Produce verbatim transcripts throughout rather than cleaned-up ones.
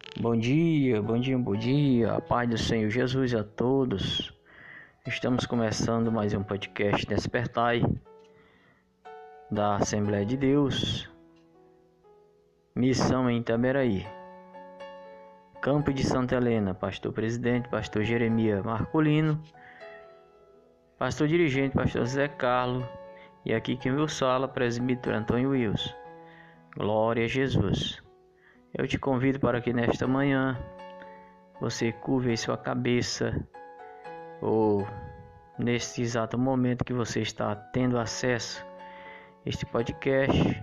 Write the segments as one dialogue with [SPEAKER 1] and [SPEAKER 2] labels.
[SPEAKER 1] Bom dia, bom dia, bom dia, a paz do Senhor Jesus a todos. Estamos começando mais um podcast Despertai da Assembleia de Deus, missão em Itaberaí, Campo de Santa Helena, pastor presidente, pastor Jeremias Marcolino, pastor dirigente, pastor Zé Carlos, e aqui quem vos fala, presbítero Antônio Wilson. Glória a Jesus. Eu te convido para que nesta manhã você curve sua cabeça, ou neste exato momento que você está tendo acesso a este podcast,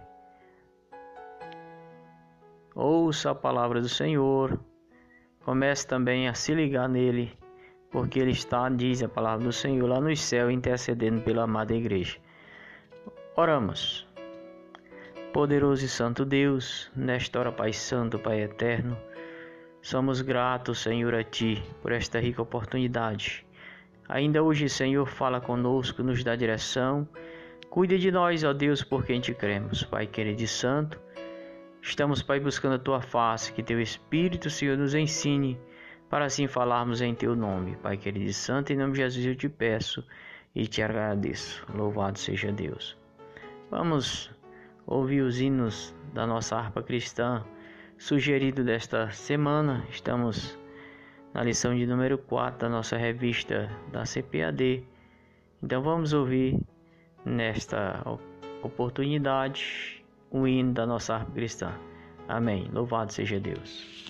[SPEAKER 1] ouça a palavra do Senhor, comece também a se ligar nele, porque ele está, diz a palavra do Senhor, lá no céu, intercedendo pela amada igreja. Oramos. Poderoso e santo Deus, nesta hora, Pai Santo, Pai Eterno, somos gratos, Senhor, a Ti, por esta rica oportunidade. Ainda hoje, Senhor, fala conosco, nos dá direção, cuide de nós, ó Deus, por quem Te cremos. Pai querido e santo, estamos, Pai, buscando a Tua face, que Teu Espírito, Senhor, nos ensine, para assim falarmos em Teu nome. Pai querido e santo, em nome de Jesus eu Te peço e Te agradeço. Louvado seja Deus. Vamos ouvir os hinos da nossa harpa cristã sugerido desta semana. Estamos na lição de número quatro da nossa revista da C P A D. Então vamos ouvir nesta oportunidade o hino da nossa harpa cristã. Amém. Louvado seja Deus.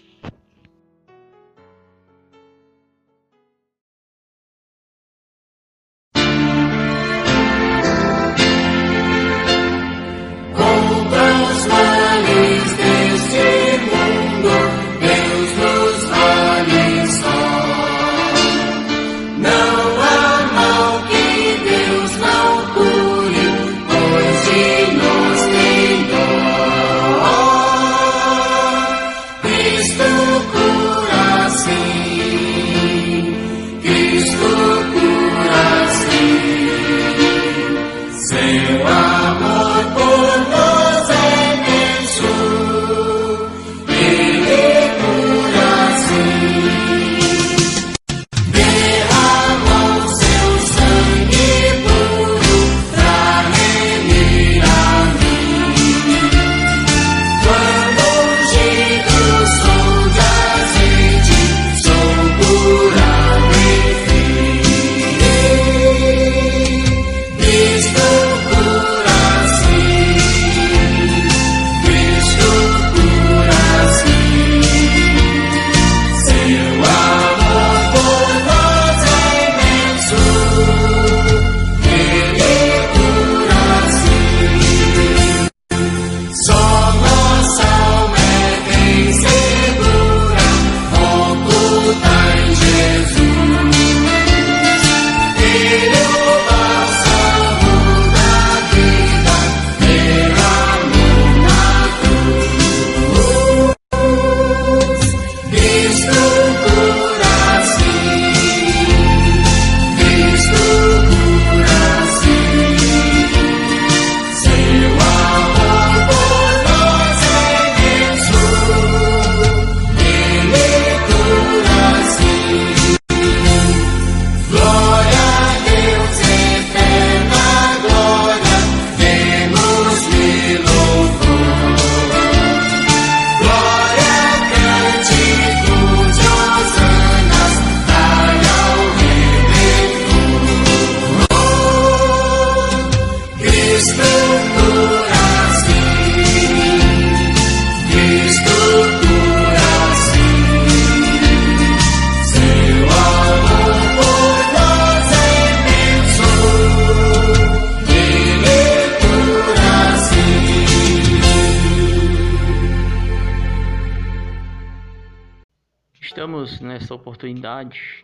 [SPEAKER 1] Estamos nessa oportunidade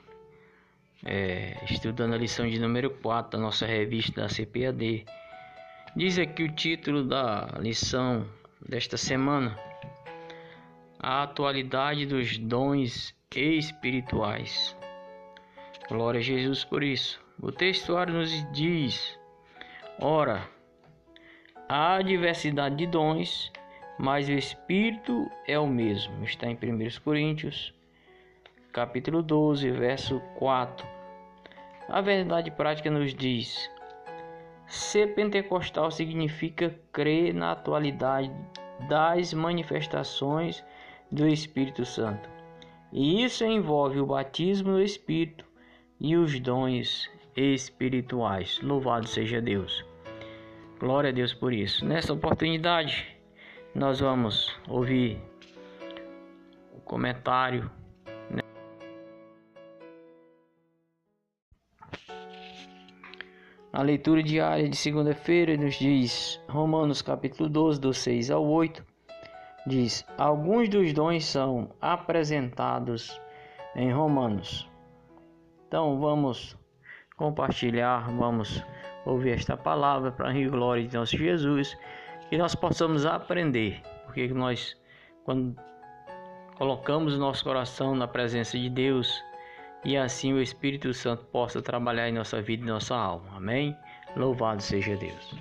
[SPEAKER 1] é, estudando a lição de número quatro da nossa revista da C P A D. Diz aqui o título da lição desta semana: A atualidade dos dons espirituais. Glória a Jesus por isso. O textuário nos diz: ora, há diversidade de dons, mas o Espírito é o mesmo. Está em primeira Coríntios, capítulo doze, verso quatro. A verdade prática nos diz: ser pentecostal significa crer na atualidade das manifestações do Espírito Santo. E isso envolve o batismo no Espírito e os dons espirituais. Louvado seja Deus. Glória a Deus por isso. Nessa oportunidade, nós vamos ouvir o comentário. A leitura diária de segunda-feira nos diz, Romanos capítulo doze, do seis ao oito, diz: alguns dos dons são apresentados em Romanos. Então vamos compartilhar, vamos ouvir esta palavra para a glória de nosso Jesus, que nós possamos aprender, porque nós, quando colocamos o nosso coração na presença de Deus, e assim o Espírito Santo possa trabalhar em nossa vida e nossa alma. Amém? Louvado seja Deus.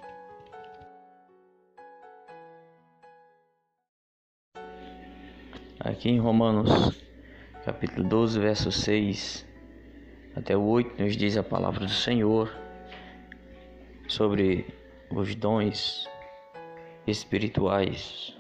[SPEAKER 1] Aqui em Romanos, capítulo doze, verso seis até o oito, nos diz a palavra do Senhor sobre os dons espirituais.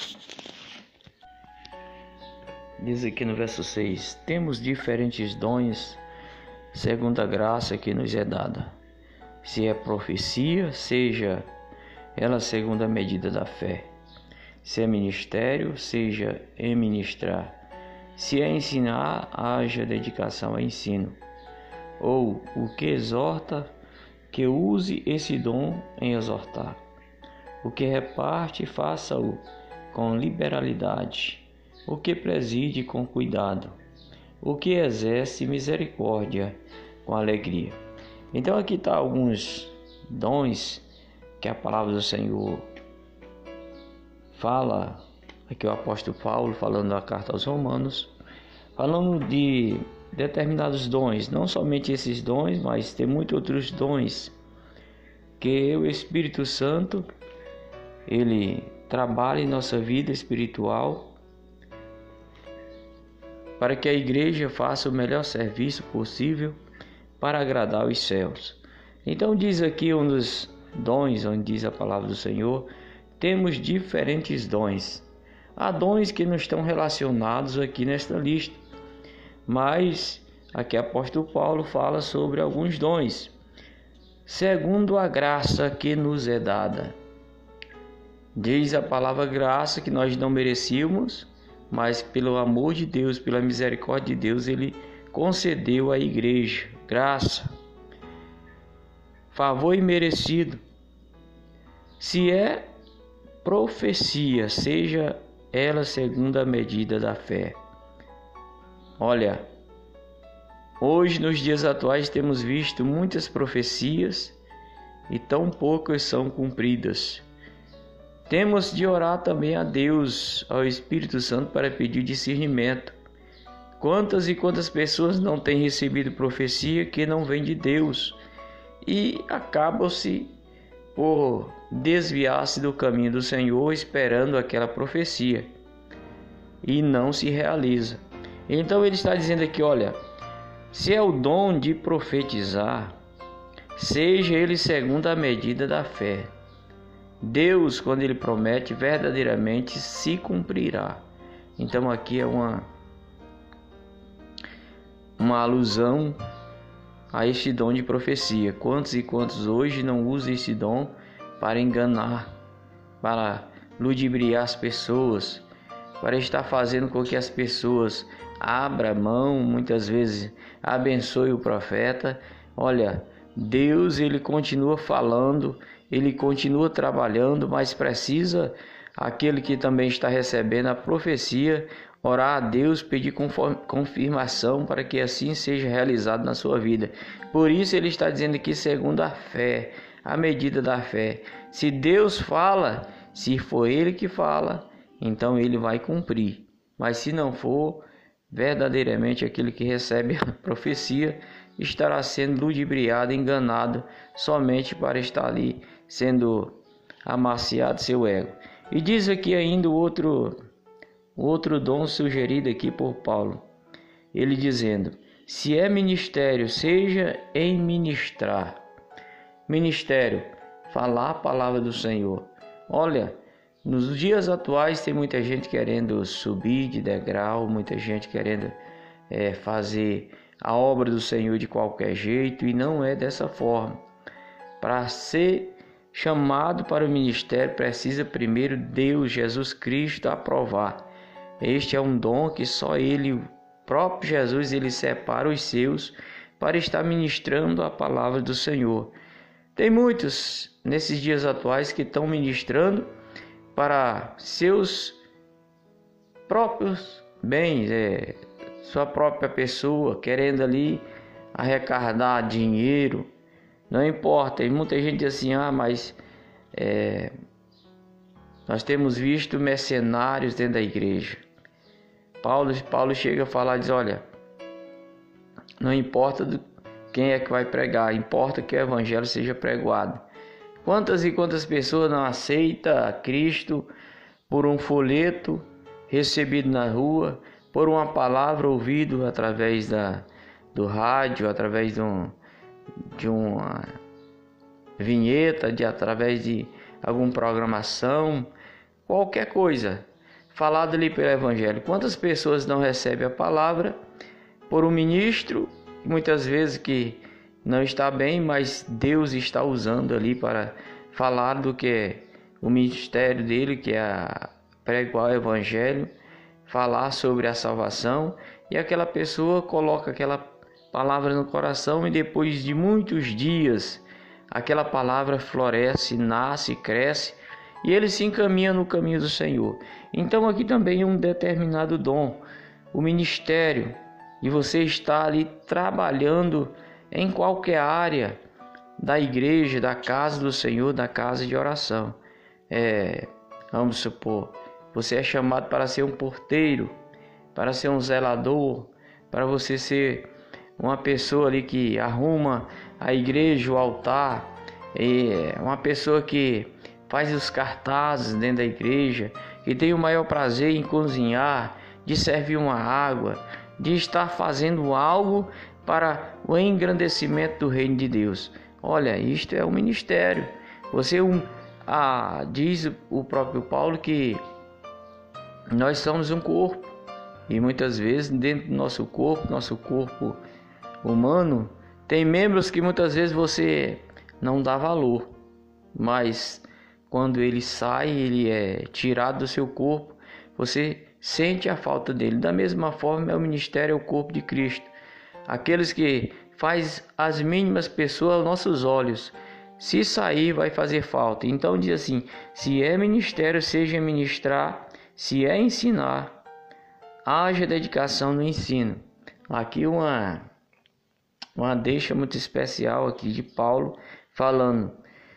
[SPEAKER 1] Diz aqui no verso seis: temos diferentes dons segundo a graça que nos é dada. Se é profecia, seja ela segundo a medida da fé. Se é ministério, seja em ministrar. Se é ensinar, haja dedicação a ensino. Ou o que exorta, que use esse dom em exortar. O que reparte, faça-o com liberalidade. O que preside com cuidado, o que exerce misericórdia com alegria. Então aqui está alguns dons que a palavra do Senhor fala, aqui o apóstolo Paulo falando da carta aos Romanos, falando de determinados dons, não somente esses dons, mas tem muitos outros dons que o Espírito Santo, ele trabalha em nossa vida espiritual, para que a igreja faça o melhor serviço possível para agradar os céus. Então diz aqui um dos dons, onde diz a palavra do Senhor, temos diferentes dons. Há dons que não estão relacionados aqui nesta lista, mas aqui o apóstolo Paulo fala sobre alguns dons, segundo a graça que nos é dada. Diz a palavra graça que nós não merecíamos, mas pelo amor de Deus, pela misericórdia de Deus, Ele concedeu à igreja graça, favor imerecido. Se é profecia, seja ela segundo a medida da fé. Olha, hoje nos dias atuais temos visto muitas profecias e tão poucas são cumpridas. Temos de orar também a Deus, ao Espírito Santo, para pedir discernimento. Quantas e quantas pessoas não têm recebido profecia que não vem de Deus e acabam-se por desviar-se do caminho do Senhor esperando aquela profecia e não se realiza. Então ele está dizendo aqui, olha, se é o dom de profetizar, seja ele segundo a medida da fé. Deus, quando Ele promete, verdadeiramente se cumprirá. Então aqui é uma, uma alusão a este dom de profecia. Quantos e quantos hoje não usam esse dom para enganar, para ludibriar as pessoas, para estar fazendo com que as pessoas abram mão, muitas vezes abençoe o profeta. Olha, Deus, Ele continua falando, Ele continua trabalhando, mas precisa aquele que também está recebendo a profecia orar a Deus, pedir confirmação para que assim seja realizado na sua vida. Por isso ele está dizendo aqui segundo a fé, a medida da fé. Se Deus fala, se for Ele que fala, então Ele vai cumprir. Mas se não for, verdadeiramente aquele que recebe a profecia estará sendo ludibriado, enganado, somente para estar ali sendo amaciado seu ego. E diz aqui ainda o outro, o outro dom sugerido aqui por Paulo. Ele dizendo, se é ministério, seja em ministrar. Ministério, falar a palavra do Senhor. Olha, nos dias atuais tem muita gente querendo subir de degrau, muita gente querendo é, fazer a obra do Senhor de qualquer jeito, e não é dessa forma. Para ser chamado para o ministério, precisa primeiro Deus, Jesus Cristo, aprovar. Este é um dom que só Ele, o próprio Jesus, Ele separa os seus para estar ministrando a palavra do Senhor. Tem muitos nesses dias atuais que estão ministrando para seus próprios bens, é, sua própria pessoa, querendo ali arrecadar dinheiro. Não importa, e muita gente diz assim, ah, mas é, nós temos visto mercenários dentro da igreja. Paulo, Paulo chega a falar, diz, olha, não importa do, quem é que vai pregar, importa que o evangelho seja pregado. Quantas e quantas pessoas não aceitam Cristo por um folheto recebido na rua, por uma palavra ouvida através da, do rádio, através de, um, de uma vinheta, de, através de alguma programação, qualquer coisa, falado ali pelo Evangelho. Quantas pessoas não recebem a palavra por um ministro, muitas vezes que não está bem, mas Deus está usando ali para falar do que é o ministério dele, que é a pregar o Evangelho, falar sobre a salvação, e aquela pessoa coloca aquela palavra no coração e depois de muitos dias aquela palavra floresce, nasce, cresce e ele se encaminha no caminho do Senhor. Então aqui também é um determinado dom, o ministério, e você está ali trabalhando em qualquer área da igreja, da casa do Senhor, da casa de oração. É, vamos supor, você é chamado para ser um porteiro, para ser um zelador, para você ser uma pessoa ali que arruma a igreja, o altar, é uma pessoa que faz os cartazes dentro da igreja, que tem o maior prazer em cozinhar, de servir uma água, de estar fazendo algo para o engrandecimento do reino de Deus. Olha, isto é um ministério. Você um, ah, diz o próprio Paulo que nós somos um corpo, e muitas vezes dentro do nosso corpo, nosso corpo humano, tem membros que muitas vezes você não dá valor, mas quando ele sai, ele é tirado do seu corpo, você sente a falta dele. Da mesma forma, é o ministério, é o corpo de Cristo. Aqueles que faz as mínimas pessoas aos nossos olhos, se sair vai fazer falta. Então diz assim, se é ministério, seja ministrar, se é ensinar, haja dedicação no ensino. Aqui uma, uma deixa muito especial aqui de Paulo, falando,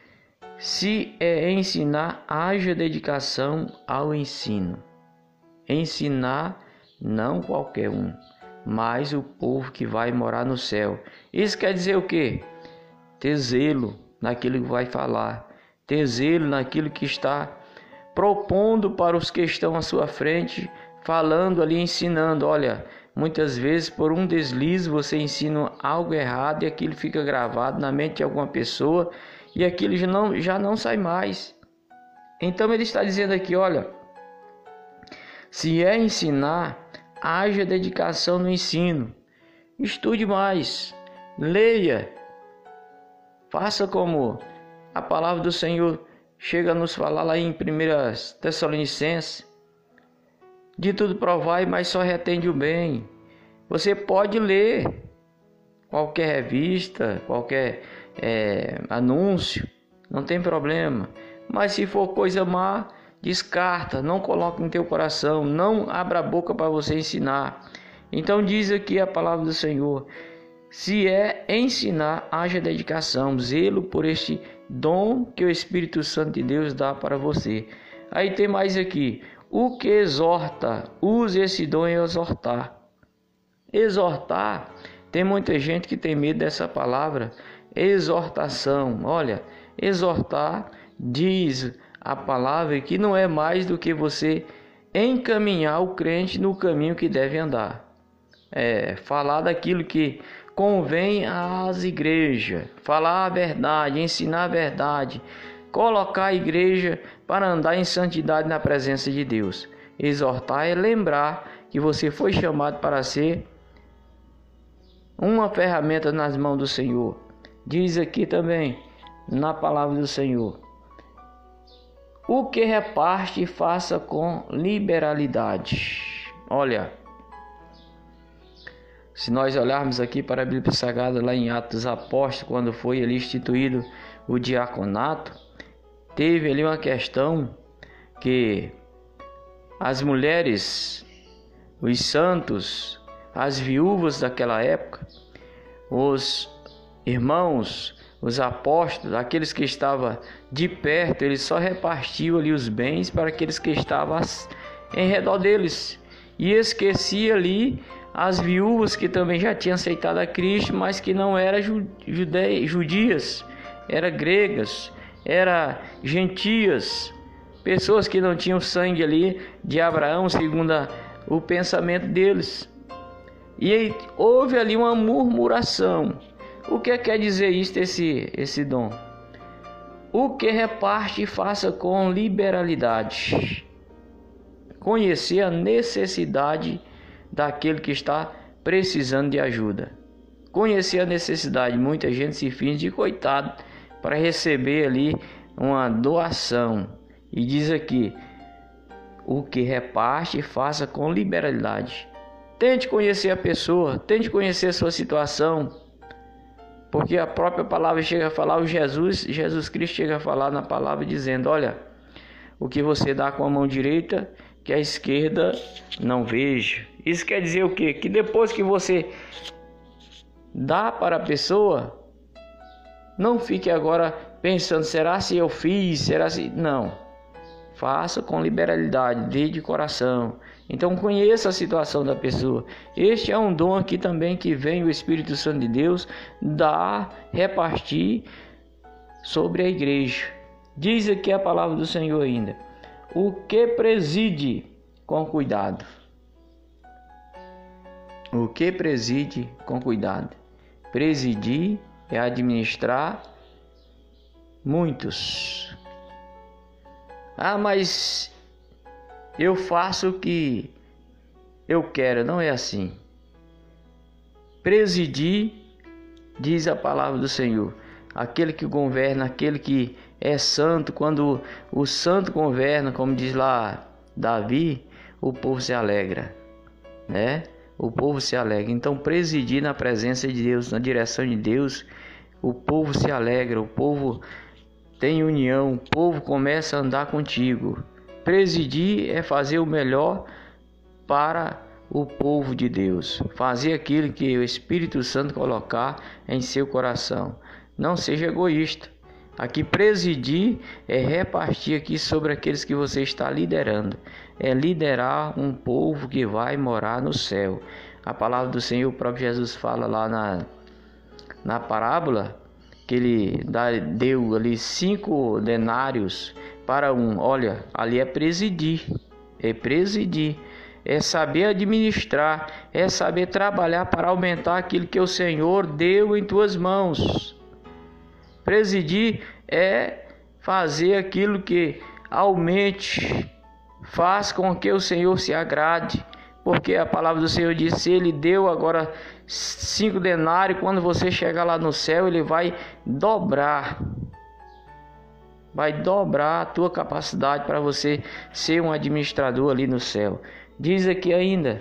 [SPEAKER 1] se é ensinar, haja dedicação ao ensino. Ensinar não qualquer um, mas o povo que vai morar no céu. Isso quer dizer o quê? Ter zelo naquilo que vai falar, ter zelo naquilo que está propondo para os que estão à sua frente, falando ali, ensinando. Olha, muitas vezes por um deslize você ensina algo errado e aquilo fica gravado na mente de alguma pessoa e aquilo já não, já não sai mais. Então ele está dizendo aqui, olha, se é ensinar, haja dedicação no ensino. Estude mais, leia, faça como a palavra do Senhor chega a nos falar lá em primeira Tessalonicenses, de tudo provai, mas só retende o bem. Você pode ler qualquer revista, qualquer é, anúncio, não tem problema, mas se for coisa má, descarta, não coloque no teu coração, não abra a boca para você ensinar. Então diz aqui a palavra do Senhor, se é ensinar, haja dedicação, zelo por este dom que o Espírito Santo de Deus dá para você. Aí tem mais aqui, o que exorta, use esse dom em exortar. Exortar, tem muita gente que tem medo dessa palavra, exortação. Olha, exortar diz a palavra, que não é mais do que você encaminhar o crente no caminho que deve andar. É, falar daquilo que convém às igrejas, falar a verdade, ensinar a verdade, colocar a igreja para andar em santidade na presença de Deus. Exortar é lembrar que você foi chamado para ser uma ferramenta nas mãos do Senhor. Diz aqui também na palavra do Senhor: o que reparte, faça com liberalidade. Olha, se nós olharmos aqui para a Bíblia Sagrada, lá em Atos dos Apóstolos, quando foi ali instituído o diaconato, teve ali uma questão que as mulheres, os santos, as viúvas daquela época, os irmãos, os apóstolos, aqueles que estavam de perto, eles só repartiam ali os bens para aqueles que estavam em redor deles, e esquecia ali as viúvas que também já tinham aceitado a Cristo, mas que não eram jude... judias, eram gregas, eram gentias, pessoas que não tinham sangue ali de Abraão, segundo o pensamento deles. E aí, houve ali uma murmuração. O que quer dizer isso, esse, esse dom? O que reparte, faça com liberalidade. Conhecer a necessidade daquele que está precisando de ajuda. Conhecer a necessidade. Muita gente se finge de coitado para receber ali uma doação. E diz aqui: o que reparte, faça com liberalidade. Tente conhecer a pessoa, tente conhecer a sua situação, porque a própria palavra chega a falar, o Jesus, Jesus Cristo chega a falar na palavra dizendo: olha, o que você dá com a mão direita, que a esquerda não veja. Isso quer dizer o quê? Que depois que você dá para a pessoa, não fique agora pensando: será se eu fiz, será se... Não, faça com liberalidade, dê de coração. Então conheça a situação da pessoa. Este é um dom aqui também que vem o Espírito Santo de Deus dar, repartir sobre a igreja. Diz aqui a palavra do Senhor ainda: o que preside com cuidado. O que preside com cuidado. Presidir é administrar muitos. Ah, mas eu faço o que eu quero. Não é assim. Presidir, diz a palavra do Senhor, aquele que governa, aquele que é santo. Quando o santo governa, como diz lá Davi, o povo se alegra, né? O povo se alegra. Então, presidir na presença de Deus, na direção de Deus, o povo se alegra, o povo tem união, o povo começa a andar contigo. Presidir é fazer o melhor para o povo de Deus, fazer aquilo que o Espírito Santo colocar em seu coração. Não seja egoísta. Aqui presidir é repartir aqui sobre aqueles que você está liderando. É liderar um povo que vai morar no céu. A palavra do Senhor, o próprio Jesus fala lá na, na parábola, que ele dá, deu ali cinco denários para um. Olha, ali é presidir. É presidir. É saber administrar. É saber trabalhar para aumentar aquilo que o Senhor deu em tuas mãos. Presidir é fazer aquilo que aumente, faz com que o Senhor se agrade, porque a palavra do Senhor diz: se Ele deu agora cinco denários, quando você chegar lá no céu, Ele vai dobrar, vai dobrar a tua capacidade para você ser um administrador ali no céu. Diz aqui ainda: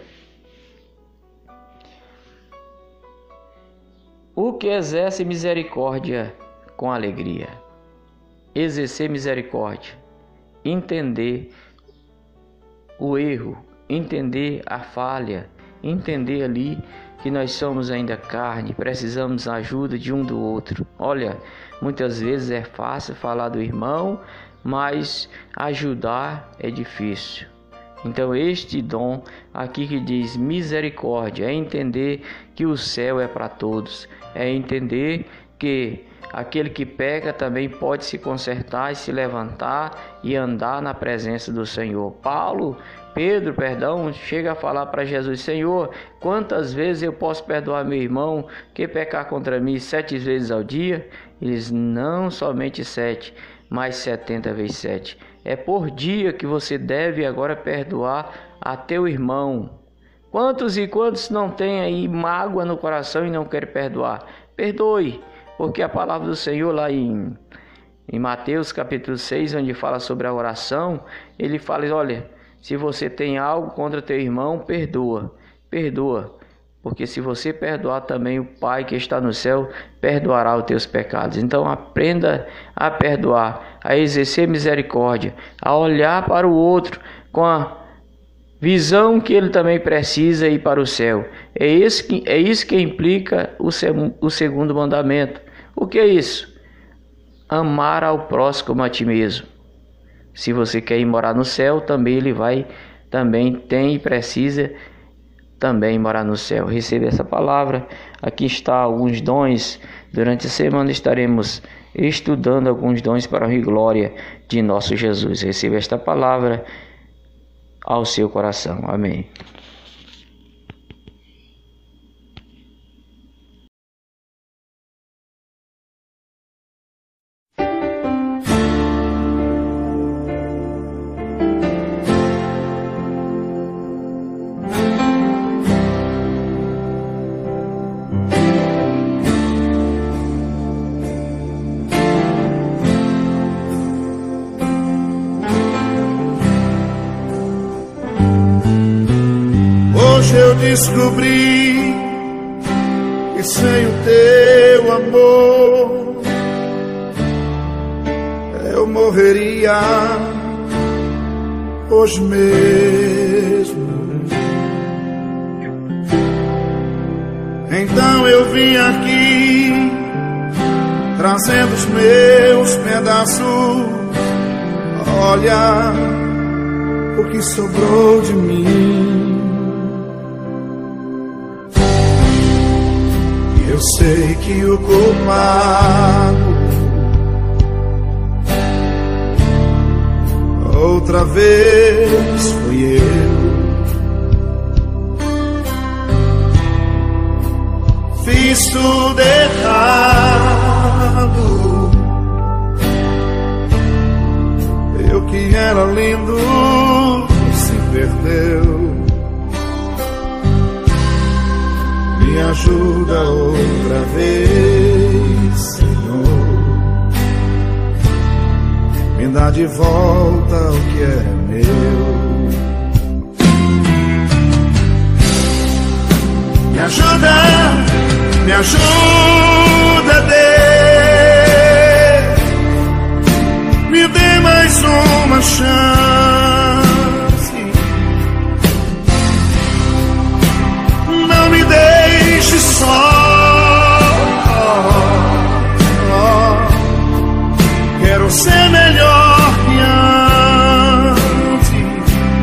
[SPEAKER 1] o que exerce misericórdia com alegria. Exercer misericórdia, entender o erro, entender a falha, entender ali que nós somos ainda carne, precisamos da ajuda de um do outro. Olha, muitas vezes é fácil falar do irmão, mas ajudar é difícil. Então este dom aqui que diz misericórdia é entender que o céu é para todos, é entender que Aquele que peca também pode se consertar e se levantar e andar na presença do Senhor. Paulo, Pedro, perdão, chega a falar para Jesus: Senhor, quantas vezes eu posso perdoar meu irmão que pecar contra mim? Sete vezes ao dia? Eles: não somente sete, mas setenta vezes sete. É por dia que você deve agora perdoar a teu irmão. Quantos e quantos não têm aí mágoa no coração e não querem perdoar? Perdoe, porque a palavra do Senhor lá em, em Mateus capítulo seis, onde fala sobre a oração, ele fala: olha, se você tem algo contra teu irmão, perdoa, perdoa. Porque se você perdoar também, o Pai que está no céu perdoará os teus pecados. Então aprenda a perdoar, a exercer misericórdia, a olhar para o outro com a visão que ele também precisa ir para o céu. É isso que, é isso que implica o, o segundo mandamento. O que é isso? Amar ao próximo como a ti mesmo. Se você quer ir morar no céu, também ele vai, também tem e precisa também morar no céu. Receba essa palavra. Aqui está alguns dons. Durante a semana estaremos estudando alguns dons para a honra e glória de nosso Jesus. Receba esta palavra ao seu coração. Amém.
[SPEAKER 2] Hoje eu descobri que sem o teu amor eu morreria hoje mesmo. Então eu vim aqui trazendo os meus pedaços. Olha o que sobrou de mim. Eu sei que o culpado outra vez fui eu. Fiz tudo errado. Eu que era lindo se perdeu. Me ajuda outra vez, Senhor. Me dá de volta o que é meu. Me ajuda, me ajuda, Deus. Me dê mais uma chance. Não me deixe só. Quero ser melhor que antes.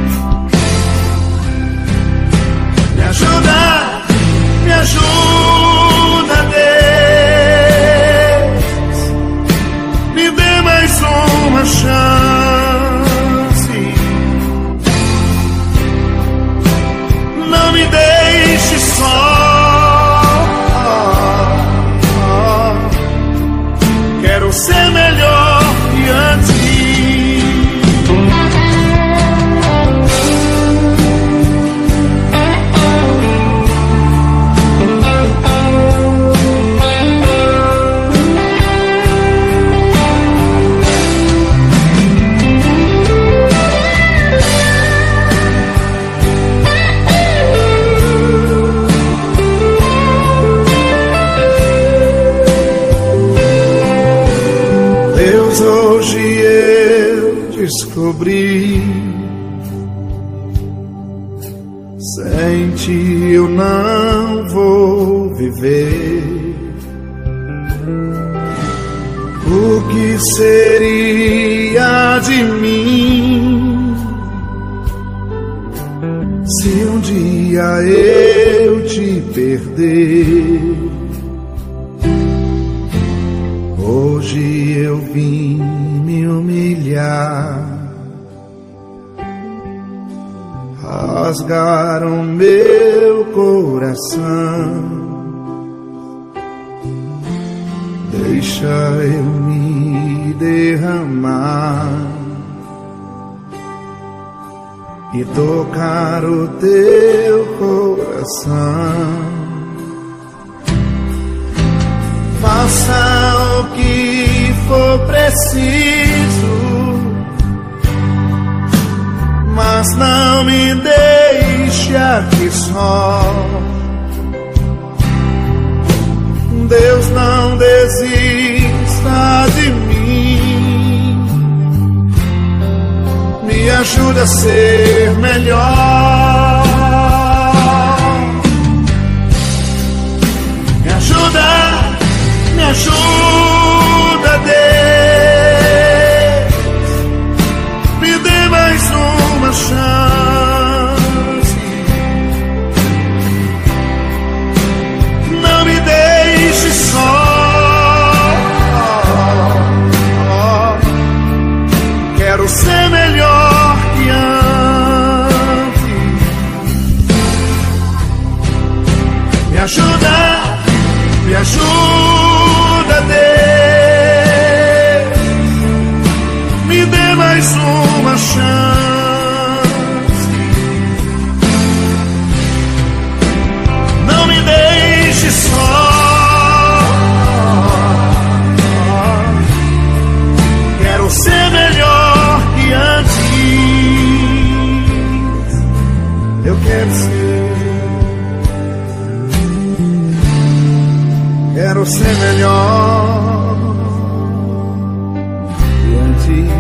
[SPEAKER 2] Me ajuda, me ajuda, Deus. Me dê mais uma chance. Não me deixe só. Quero ser melhor que antes. Hoje eu descobri, sem ti eu não vou viver. O que seria de mim se um dia eu te perder? eu vim me humilhar, rasgaram meu coração. Deixa eu me derramar e tocar o teu coração. Faça o que for preciso, mas não me deixe aqui só. Deus, não desista de mim, me ajuda a ser melhor. Me ajuda, me ajuda, Deus, me dê mais uma chance, não me deixe só. Quero ser melhor que antes. Me ajuda, me ajuda, Deus, me dê mais uma chance, não me deixe só. Quero ser melhor que antes. Eu quero ser, quero ser melhor que antes.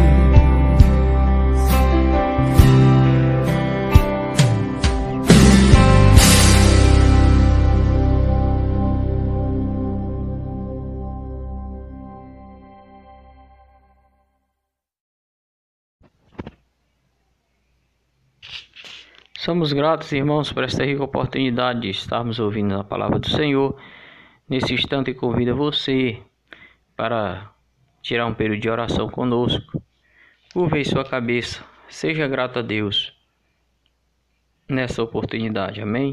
[SPEAKER 1] Somos gratos, irmãos, por esta rica oportunidade de estarmos ouvindo a palavra do Senhor. Nesse instante, convido você para tirar um período de oração conosco. Curve sua cabeça, seja grato a Deus nessa oportunidade, amém?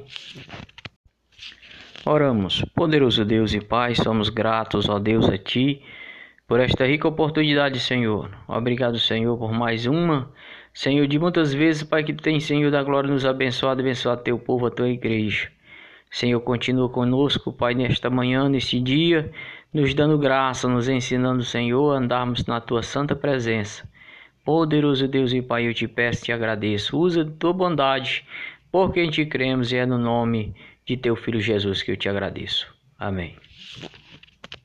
[SPEAKER 1] Oramos. Poderoso Deus e Pai, somos gratos, ó Deus, a Ti, por esta rica oportunidade, Senhor. Obrigado, Senhor, por mais uma, Senhor, de muitas vezes, Pai, que Tu tens, Senhor da glória, nos abençoado, abençoado Teu povo, a Tua igreja. Senhor, continua conosco, Pai, nesta manhã, neste dia, nos dando graça, nos ensinando, Senhor, a andarmos na Tua santa presença. Poderoso Deus e Pai, eu Te peço e Te agradeço. Usa de Tua bondade, por quem Te cremos, e é no nome de Teu Filho Jesus que eu Te agradeço. Amém.